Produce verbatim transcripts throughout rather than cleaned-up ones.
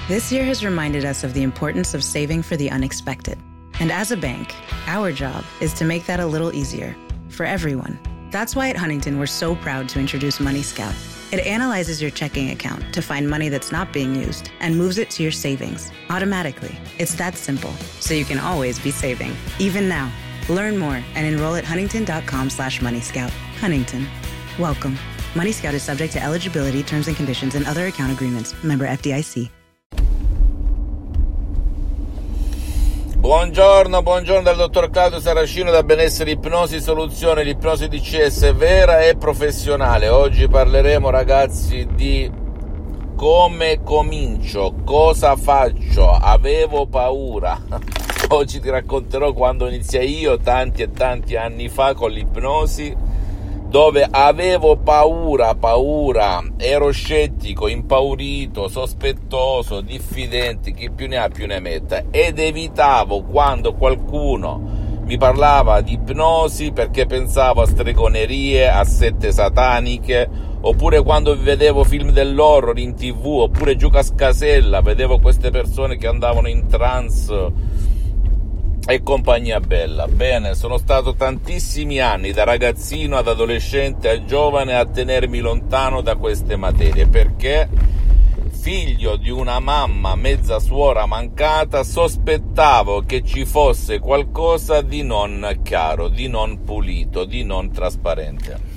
This year has reminded us of the importance of saving for the unexpected. And as a bank, our job is to make that a little easier for everyone. That's why at Huntington, we're so proud to introduce Money Scout. It analyzes your checking account to find money that's not being used and moves it to your savings automatically. It's that simple, so you can always be saving, even now. Learn more and enroll at huntington.com slash Money Scout. Huntington. Welcome. Money Scout is subject to eligibility, terms and conditions, and other account agreements. Member F D I C. Buongiorno, buongiorno dal dottor Claudio Saracino da Benessere Ipnosi Soluzione, l'ipnosi D C S vera e professionale. Oggi parleremo, ragazzi, di come comincio, cosa faccio, avevo paura. Oggi ti racconterò quando iniziai io tanti e tanti anni fa con l'ipnosi, dove avevo paura, paura, ero scettico, impaurito, sospettoso, diffidente, chi più ne ha più ne metta, ed evitavo quando qualcuno mi parlava di ipnosi perché pensavo a stregonerie, a sette sataniche, oppure quando vedevo film dell'horror in tv, oppure Giucascasella, vedevo queste persone che andavano in trance e compagnia bella. Bene, sono stato tantissimi anni, da ragazzino ad adolescente a giovane, a tenermi lontano da queste materie, perché figlio di una mamma mezza suora mancata, sospettavo che ci fosse qualcosa di non chiaro, di non pulito, di non trasparente.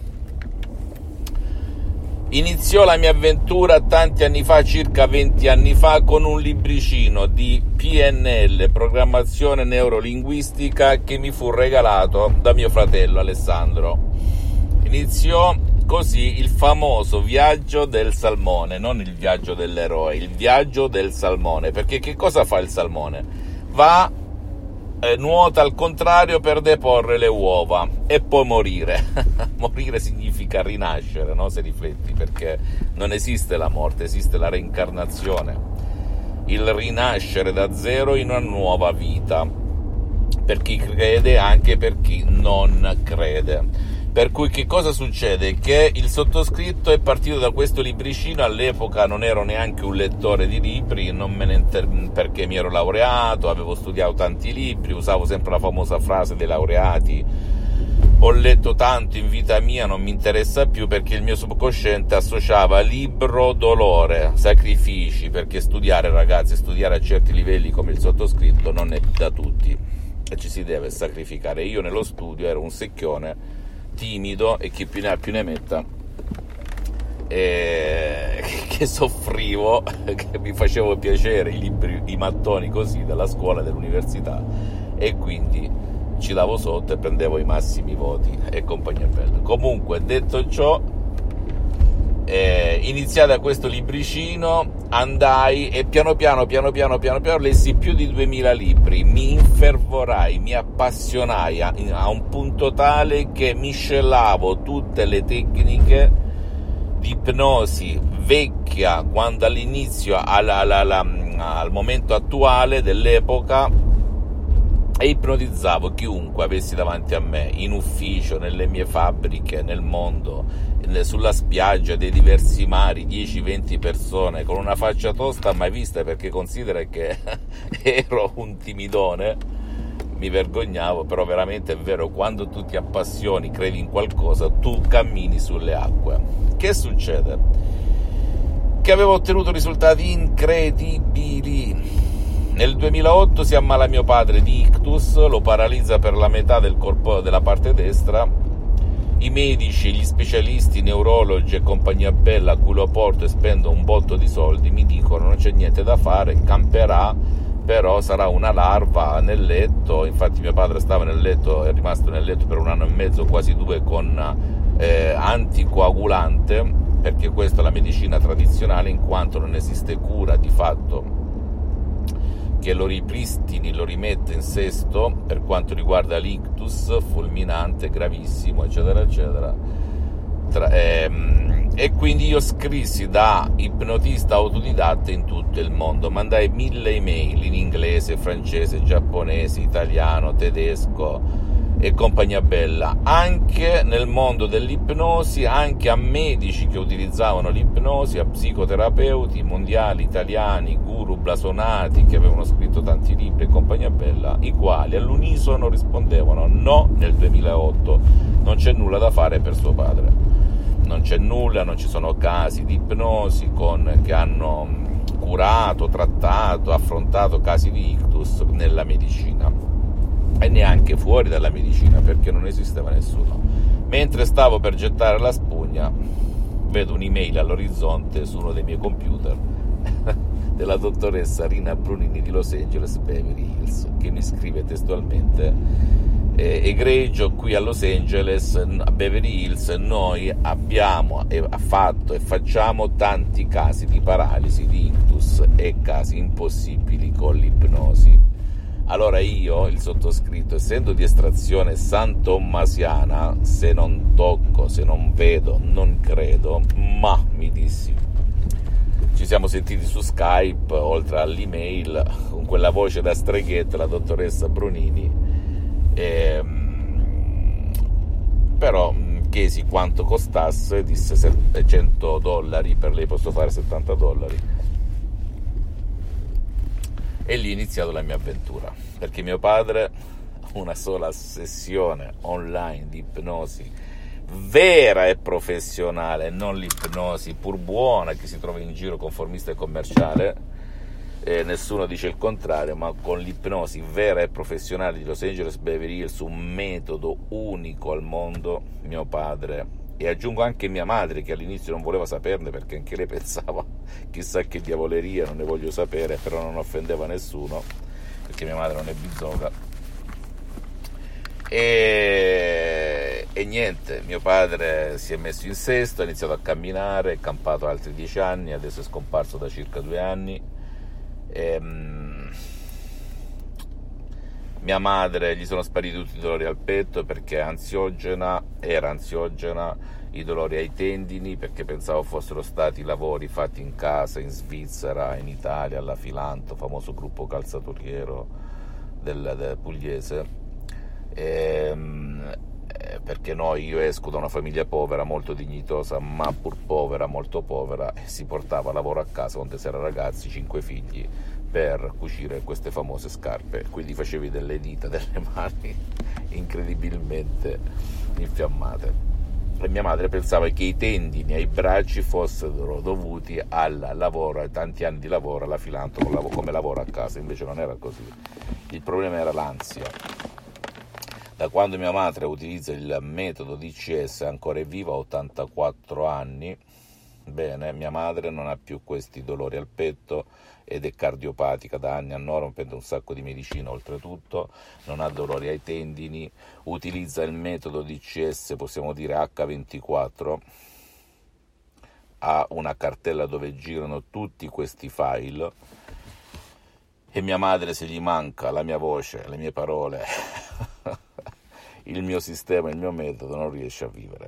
Iniziò la mia avventura tanti anni fa, circa venti anni fa, con un libricino di P N L, programmazione neurolinguistica, che mi fu regalato da mio fratello Alessandro. Iniziò così il famoso viaggio del salmone, non il viaggio dell'eroe, il viaggio del salmone, perché che cosa fa il salmone? Va, eh, nuota al contrario per deporre le uova e poi morire. Morire significa rinascere, no? Se rifletti, perché non esiste la morte, esiste la reincarnazione, il rinascere da zero in una nuova vita, per chi crede, anche per chi non crede. Per cui che cosa succede? Che il sottoscritto è partito da questo libricino. All'epoca non ero neanche un lettore di libri, non me ne inter... perché mi ero laureato, avevo studiato tanti libri, usavo sempre la famosa frase dei laureati: ho letto tanto in vita mia, non mi interessa più, perché il mio subconsciente associava libro, dolore, sacrifici, perché studiare, ragazzi, studiare a certi livelli come il sottoscritto non è da tutti e ci si deve sacrificare. Io nello studio ero un secchione, timido, e chi più ne ha più ne metta, e che soffrivo, che mi facevo piacere i libri, i mattoni così della scuola, dell'università, e quindi ci davo sotto e prendevo i massimi voti e compagnia bella. Comunque, detto ciò, eh, iniziai da questo libricino, andai e piano piano, piano piano, piano piano lessi più di duemila libri, mi infervorai, mi appassionai a, a un punto tale che miscelavo tutte le tecniche di ipnosi vecchia, quando all'inizio, al, al, al, al momento attuale dell'epoca, e ipnotizzavo chiunque avessi davanti a me, in ufficio, nelle mie fabbriche, nel mondo, sulla spiaggia dei diversi mari, dieci venti persone con una faccia tosta mai vista, perché considera che ero un timidone, mi vergognavo, però veramente è vero, quando tu ti appassioni, credi in qualcosa, tu cammini sulle acque. Che succede? Che avevo ottenuto risultati incredibili. Nel duemilaotto si ammala mio padre di ictus, lo paralizza per la metà del corpo, della parte destra. I medici, gli specialisti, i neurologi e compagnia bella, a cui lo porto e spendo un botto di soldi, mi dicono: non c'è niente da fare, camperà, però sarà una larva nel letto. Infatti mio padre stava nel letto, è rimasto nel letto per un anno e mezzo, quasi due, con eh, anticoagulante, perché questa è la medicina tradizionale, in quanto non esiste cura di fatto che lo ripristini, lo rimette in sesto per quanto riguarda l'ictus fulminante, gravissimo, eccetera eccetera. Tra, ehm, e quindi io scrissi da ipnotista autodidatta in tutto il mondo, mandai mille email in inglese, francese, giapponese, italiano, tedesco, e compagnia bella. Anche nel mondo dell'ipnosi, anche a medici che utilizzavano l'ipnosi, a psicoterapeuti mondiali, italiani, guru blasonati che avevano scritto tanti libri e compagnia bella, i quali all'unisono rispondevano no nel duemilaotto, non c'è nulla da fare per suo padre, non c'è nulla, non ci sono casi di ipnosi con, che hanno curato, trattato, affrontato casi di ictus nella medicina, e neanche fuori dalla medicina, perché non esisteva nessuno. Mentre stavo per gettare la spugna, vedo un'email all'orizzonte su uno dei miei computer della dottoressa Rina Brunini di Los Angeles Beverly Hills, che mi scrive testualmente: eh, egregio, qui a Los Angeles, a Beverly Hills, noi abbiamo e ha fatto e facciamo tanti casi di paralisi, di ictus e casi impossibili con l'ipnosi. Allora io, il sottoscritto, essendo di estrazione santommasiana, se non tocco, se non vedo, non credo, ma mi dissi, ci siamo sentiti su Skype, oltre all'email, con quella voce da streghetta, la dottoressa Brunini, e, però chiesi quanto costasse, disse cento dollari, per lei posso fare settanta dollari. E lì è iniziata la mia avventura, perché mio padre, una sola sessione online di ipnosi vera e professionale, non l'ipnosi pur buona che si trova in giro conformista e commerciale, eh, nessuno dice il contrario, ma con l'ipnosi vera e professionale di Los Angeles Beverly Hills, un metodo unico al mondo, mio padre, e aggiungo anche mia madre, che all'inizio non voleva saperne perché anche lei pensava chissà che diavoleria, non ne voglio sapere, però non offendeva nessuno perché mia madre non è bizzoga, e, e niente, mio padre si è messo in sesto, ha iniziato a camminare, è campato altri dieci anni, adesso è scomparso da circa due anni. E, um, mia madre gli sono spariti tutti i dolori al petto perché è ansiogena, era ansiogena, i dolori ai tendini perché pensavo fossero stati lavori fatti in casa in Svizzera, in Italia, alla Filanto, famoso gruppo calzaturiero del, del pugliese, e, perché noi, io esco da una famiglia povera, molto dignitosa, ma pur povera, molto povera, e si portava lavoro a casa quando si era ragazzi, cinque figli, per cucire queste famose scarpe, quindi facevi delle dita, delle mani incredibilmente infiammate. E mia madre pensava che i tendini ai bracci fossero dovuti al lavoro, ai tanti anni di lavoro alla Filanto come lavoro a casa, invece non era così. Il problema era l'ansia. Da quando mia madre utilizza il metodo D C S, ancora è viva, ottantaquattro anni, bene, mia madre non ha più questi dolori al petto ed è cardiopatica da anni a Nora, prende un sacco di medicina oltretutto, non ha dolori ai tendini, utilizza il metodo D C S, possiamo dire acca ventiquattro, ha una cartella dove girano tutti questi file, e mia madre, se gli manca la mia voce, le mie parole, il mio sistema, il mio metodo, non riesce a vivere.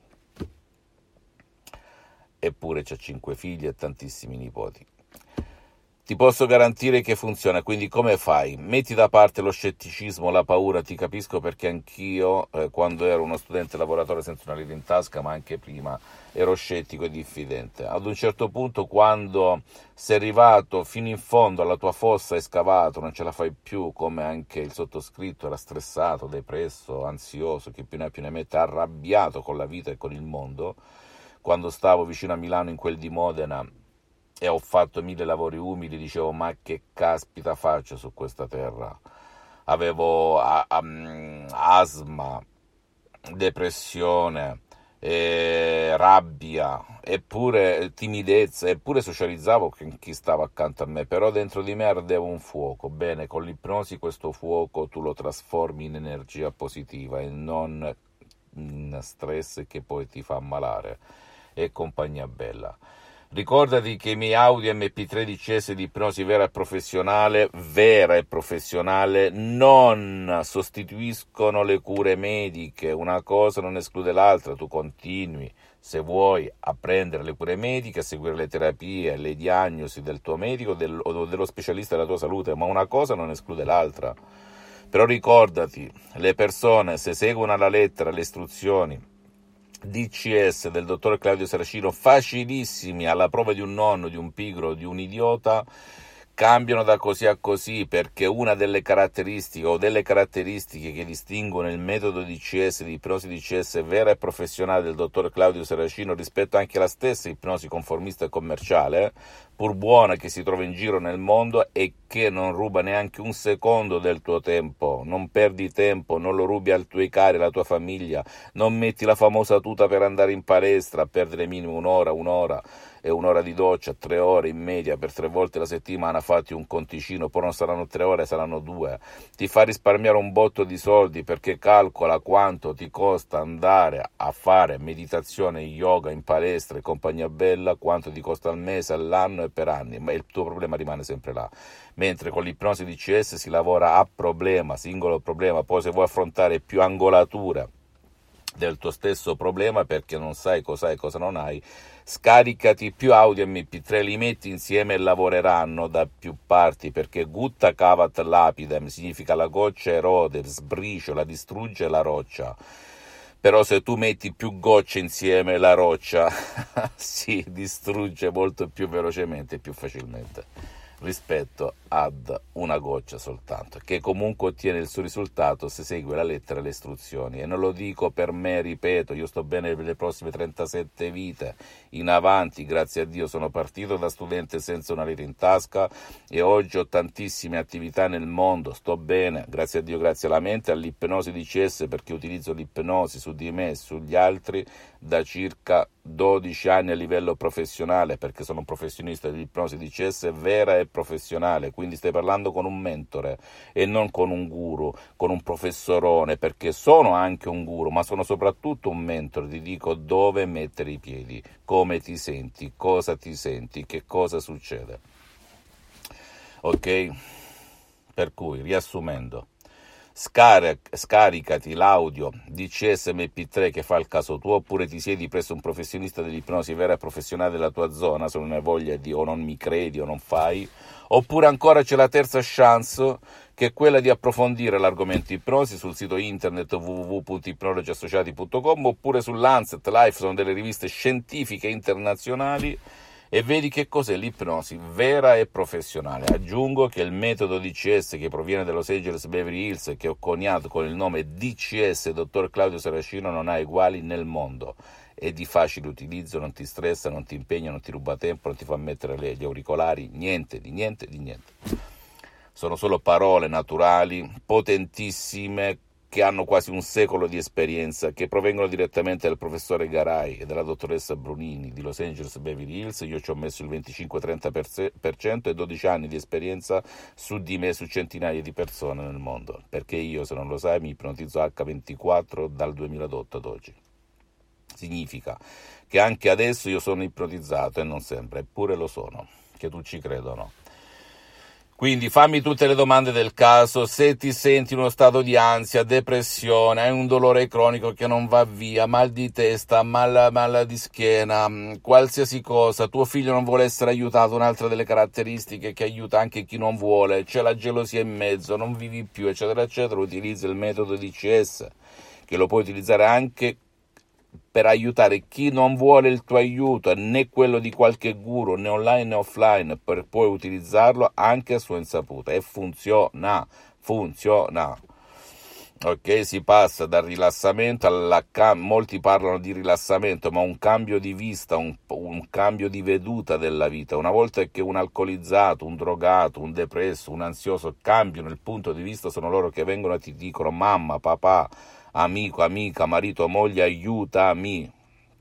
Eppure c'ha cinque figli e tantissimi nipoti. Ti posso garantire che funziona, quindi come fai? Metti da parte lo scetticismo, la paura, ti capisco perché anch'io, eh, quando ero uno studente lavoratore senza una lira in tasca, ma anche prima, ero scettico e diffidente. Ad un certo punto, quando sei arrivato fino in fondo alla tua fossa, hai scavato, non ce la fai più, come anche il sottoscritto era stressato, depresso, ansioso, che più ne ha più ne mette, arrabbiato con la vita e con il mondo, quando stavo vicino a Milano in quel di Modena, e ho fatto mille lavori umili, dicevo ma che caspita faccio su questa terra, avevo a, a, asma, depressione, eh, rabbia, eppure timidezza, eppure socializzavo con chi stava accanto a me, però dentro di me ardeva un fuoco. Bene, con l'ipnosi questo fuoco tu lo trasformi in energia positiva e non in stress che poi ti fa ammalare, e compagnia bella. Ricordati che i miei audio M P tre D C S di ipnosi vera e professionale, vera e professionale, non sostituiscono le cure mediche, una cosa non esclude l'altra, tu continui, se vuoi, a prendere le cure mediche, a seguire le terapie, le diagnosi del tuo medico del, o dello specialista della tua salute, ma una cosa non esclude l'altra. Però ricordati, le persone, se seguono alla lettera le istruzioni D C S del dottor Claudio Saracino, facilissimi, alla prova di un nonno, di un pigro, di un idiota, cambiano da così a così, perché una delle caratteristiche o delle caratteristiche che distinguono il metodo D C S, di ipnosi D C S vera e professionale del dottor Claudio Saracino rispetto anche alla stessa ipnosi conformista e commerciale, pur buona, che si trova in giro nel mondo e che non ruba neanche un secondo del tuo tempo, non perdi tempo, non lo rubi ai tuoi cari, alla tua famiglia, non metti la famosa tuta per andare in palestra a perdere minimo un'ora, un'ora e un'ora di doccia, tre ore in media per tre volte la settimana, fatti un conticino, poi non saranno tre ore, saranno due, ti fa risparmiare un botto di soldi, perché calcola quanto ti costa andare a fare meditazione, yoga in palestra e compagnia bella, quanto ti costa al mese, all'anno e per anni, ma il tuo problema rimane sempre là. Mentre con l'ipnosi D C S si lavora a problema, singolo problema, poi se vuoi affrontare più angolature del tuo stesso problema perché non sai cosa hai e cosa non hai, scaricati più audio M P tre, li metti insieme e lavoreranno da più parti, perché gutta cavat lapidem significa la goccia erode, sbriciola, distrugge la roccia. Però se tu metti più gocce insieme la roccia si distrugge molto più velocemente e più facilmente rispetto ad una goccia soltanto, che comunque ottiene il suo risultato se segue la lettera e le istruzioni. E non lo dico per me, ripeto, io sto bene per le prossime trentasette vite in avanti, grazie a Dio sono partito da studente senza una lira in tasca e oggi ho tantissime attività nel mondo, sto bene, grazie a Dio, grazie alla mente, all'ipnosi D C S, perché utilizzo l'ipnosi su di me e sugli altri da circa dodici anni a livello professionale, perché sono un professionista dell'ipnosi D C S vera e professionale, quindi stai parlando con un mentore e non con un guru, con un professorone, perché sono anche un guru, ma sono soprattutto un mentore, ti dico dove mettere i piedi, come ti senti, cosa ti senti, che cosa succede. Ok? Per cui, riassumendo, Scaric- scaricati l'audio D C S M P tre che fa il caso tuo, oppure ti siedi presso un professionista dell'ipnosi vera e professionale della tua zona, se non hai voglia di o non mi credi o non fai, oppure ancora c'è la terza chance, che è quella di approfondire l'argomento ipnosi sul sito internet w w w punto ipnologi associati punto com, oppure su Lancet Life, sono delle riviste scientifiche internazionali, e vedi che cos'è l'ipnosi vera e professionale. Aggiungo che il metodo D C S, che proviene da Los Angeles Beverly Hills e che ho coniato con il nome D C S dottor Claudio Saracino, non ha uguali nel mondo, è di facile utilizzo, non ti stressa, non ti impegna, non ti ruba tempo, non ti fa mettere le, gli auricolari, niente di niente di niente. Sono solo parole naturali, potentissime, che hanno quasi un secolo di esperienza, che provengono direttamente dal professore Garay e dalla dottoressa Brunini di Los Angeles Beverly Hills. Io ci ho messo il venticinque trenta per cento e dodici anni di esperienza su di me, su centinaia di persone nel mondo, perché io, se non lo sai, mi ipnotizzo acca ventiquattro dal duemilaotto ad oggi. Significa che anche adesso io sono ipnotizzato, e non sempre, eppure lo sono, che tu ci creda o no. Quindi fammi tutte le domande del caso. Se ti senti in uno stato di ansia, depressione, hai un dolore cronico che non va via, mal di testa, mal, mal di schiena, qualsiasi cosa, tuo figlio non vuole essere aiutato, un'altra delle caratteristiche che aiuta anche chi non vuole, c'è la gelosia in mezzo, non vivi più, eccetera, eccetera, utilizza il metodo D C S, che lo puoi utilizzare anche per aiutare chi non vuole il tuo aiuto, né quello di qualche guru, né online né offline, per poi utilizzarlo anche a sua insaputa, e funziona, funziona. Ok, si passa dal rilassamento alla cam- molti parlano di rilassamento, ma un cambio di vista, un, un cambio di veduta della vita. Una volta che un alcolizzato, un drogato, un depresso, un ansioso cambiano il punto di vista, sono loro che vengono e ti dicono: mamma, papà, amico, amica, marito, moglie, aiutami,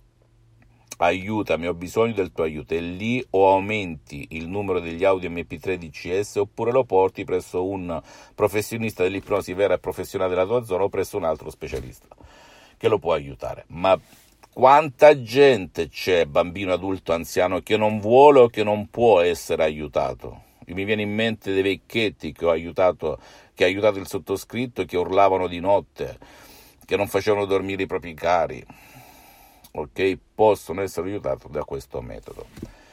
aiutami, ho bisogno del tuo aiuto. E lì o aumenti il numero degli audio M P tre D C S, oppure lo porti presso un professionista dell'ipnosi vera e professionale della tua zona, o presso un altro specialista che lo può aiutare. Ma quanta gente c'è, bambino, adulto, anziano, che non vuole o che non può essere aiutato? Mi viene in mente dei vecchietti che ho aiutato, che ha aiutato il sottoscritto, che urlavano di notte, che non facevano dormire i propri cari, ok? Possono essere aiutati da questo metodo.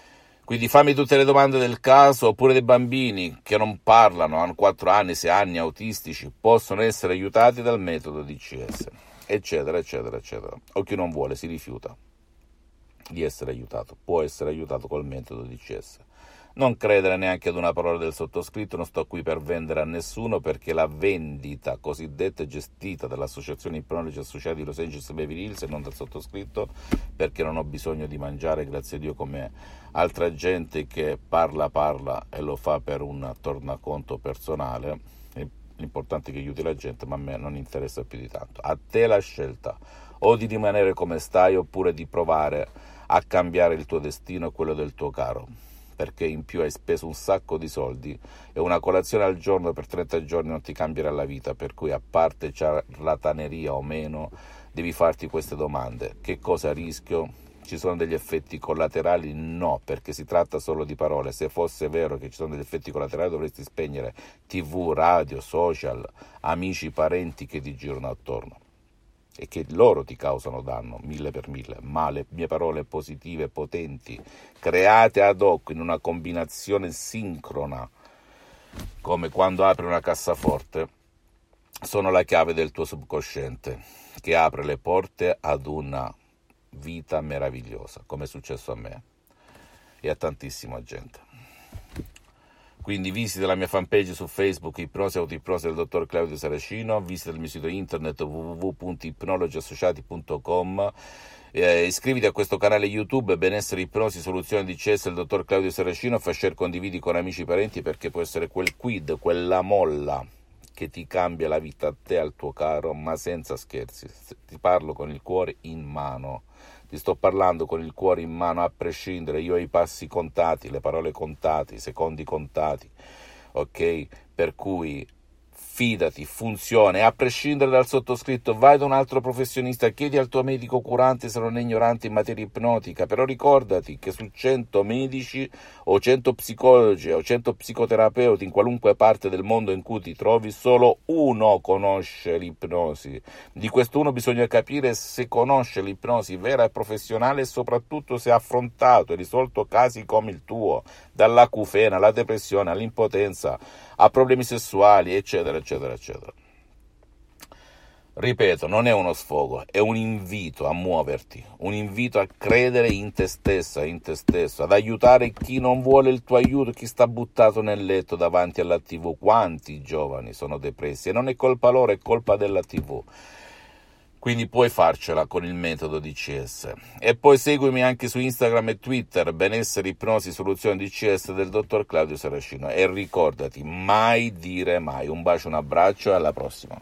Quindi fammi tutte le domande del caso, oppure dei bambini che non parlano, hanno quattro anni, sei anni, autistici, possono essere aiutati dal metodo D C S, eccetera, eccetera, eccetera. O chi non vuole, si rifiuta di essere aiutato, può essere aiutato col metodo D C S. Non credere neanche ad una parola del sottoscritto, non sto qui per vendere a nessuno, perché la vendita cosiddetta è gestita dall'associazione Ipnologi Associati di Los Angeles Beverly Hills e non dal sottoscritto, perché non ho bisogno di mangiare, grazie a Dio, come altra gente che parla parla e lo fa per un tornaconto personale. L'importante è che aiuti la gente, ma a me non interessa più di tanto. A te la scelta, o di rimanere come stai, oppure di provare a cambiare il tuo destino e quello del tuo caro, perché in più hai speso un sacco di soldi e una colazione al giorno per trenta giorni non ti cambierà la vita, per cui, a parte ciarlataneria o meno, devi farti queste domande: che cosa rischio? Ci sono degli effetti collaterali? No, perché si tratta solo di parole. Se fosse vero che ci sono degli effetti collaterali, dovresti spegnere tivù, radio, social, amici, parenti che ti girano attorno e che loro ti causano danno mille per mille, ma le mie parole positive, potenti, create ad hoc in una combinazione sincrona, come quando apri una cassaforte, sono la chiave del tuo subconsciente, che apre le porte ad una vita meravigliosa, come è successo a me e a tantissima gente. Quindi visita la mia fanpage su Facebook, Ipnosi Autoipnosi del dottor Claudio Saracino, visita il mio sito internet w w w punto ipnologi associati punto com, eh, iscriviti a questo canale YouTube Benessere Ipnosi Soluzione D C S del dottor Claudio Saracino, fai share, condividi con amici e parenti, perché può essere quel quid, quella molla che ti cambia la vita a te e al tuo caro, ma senza scherzi. Ti parlo con il cuore in mano. Ti sto parlando con il cuore in mano, a prescindere. Io ho i passi contati, le parole contate, i secondi contati, ok? Per cui fidati, funziona, e a prescindere dal sottoscritto, vai da un altro professionista, chiedi al tuo medico curante se non è ignorante in materia ipnotica, però ricordati che su cento medici o cento psicologi o cento psicoterapeuti in qualunque parte del mondo in cui ti trovi, solo uno conosce l'ipnosi. Di questo uno bisogna capire se conosce l'ipnosi vera e professionale, e soprattutto se ha affrontato e risolto casi come il tuo, dall'acufena alla depressione all'impotenza a problemi sessuali, eccetera, eccetera, eccetera. Ripeto, non è uno sfogo, è un invito a muoverti, un invito a credere in te stessa, in te stesso, ad aiutare chi non vuole il tuo aiuto, chi sta buttato nel letto davanti alla tivù. Quanti giovani sono depressi? E non è colpa loro, è colpa della tivù. Quindi puoi farcela con il metodo D C S. E poi seguimi anche su Instagram e Twitter, Benessere Ipnosi Soluzione D C S del dottor Claudio Saracino. E ricordati, mai dire mai. Un bacio, un abbraccio e alla prossima.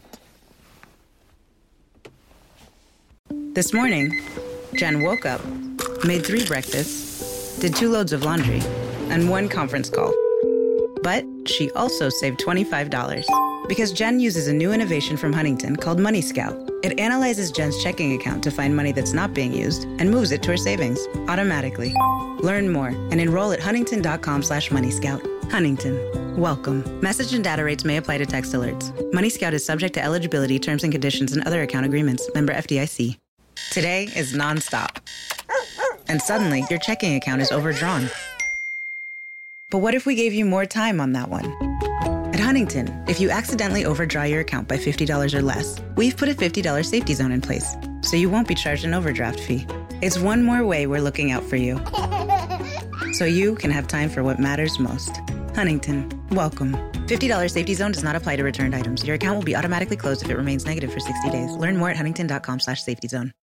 This morning, Jen woke up, made three breakfasts, did two loads of laundry, and one conference call. But she also saved twenty-five dollars. Because Jen uses a new innovation from Huntington called Money Scout. It analyzes Jen's checking account to find money that's not being used and moves it to her savings automatically. Learn more and enroll at huntington.com slash Money Scout. Huntington. Welcome. Message and data rates may apply to text alerts. Money Scout is subject to eligibility, terms and conditions, and other account agreements. Member F D I C. Today is nonstop. And suddenly, your checking account is overdrawn. But what if we gave you more time on that one? At Huntington, if you accidentally overdraw your account by fifty dollars or less, we've put a fifty dollars safety zone in place, so you won't be charged an overdraft fee. It's one more way we're looking out for you, so you can have time for what matters most. Huntington, welcome. fifty dollars safety zone does not apply to returned items. Your account will be automatically closed if it remains negative for sixty days. Learn more at huntington.com slash safety zone.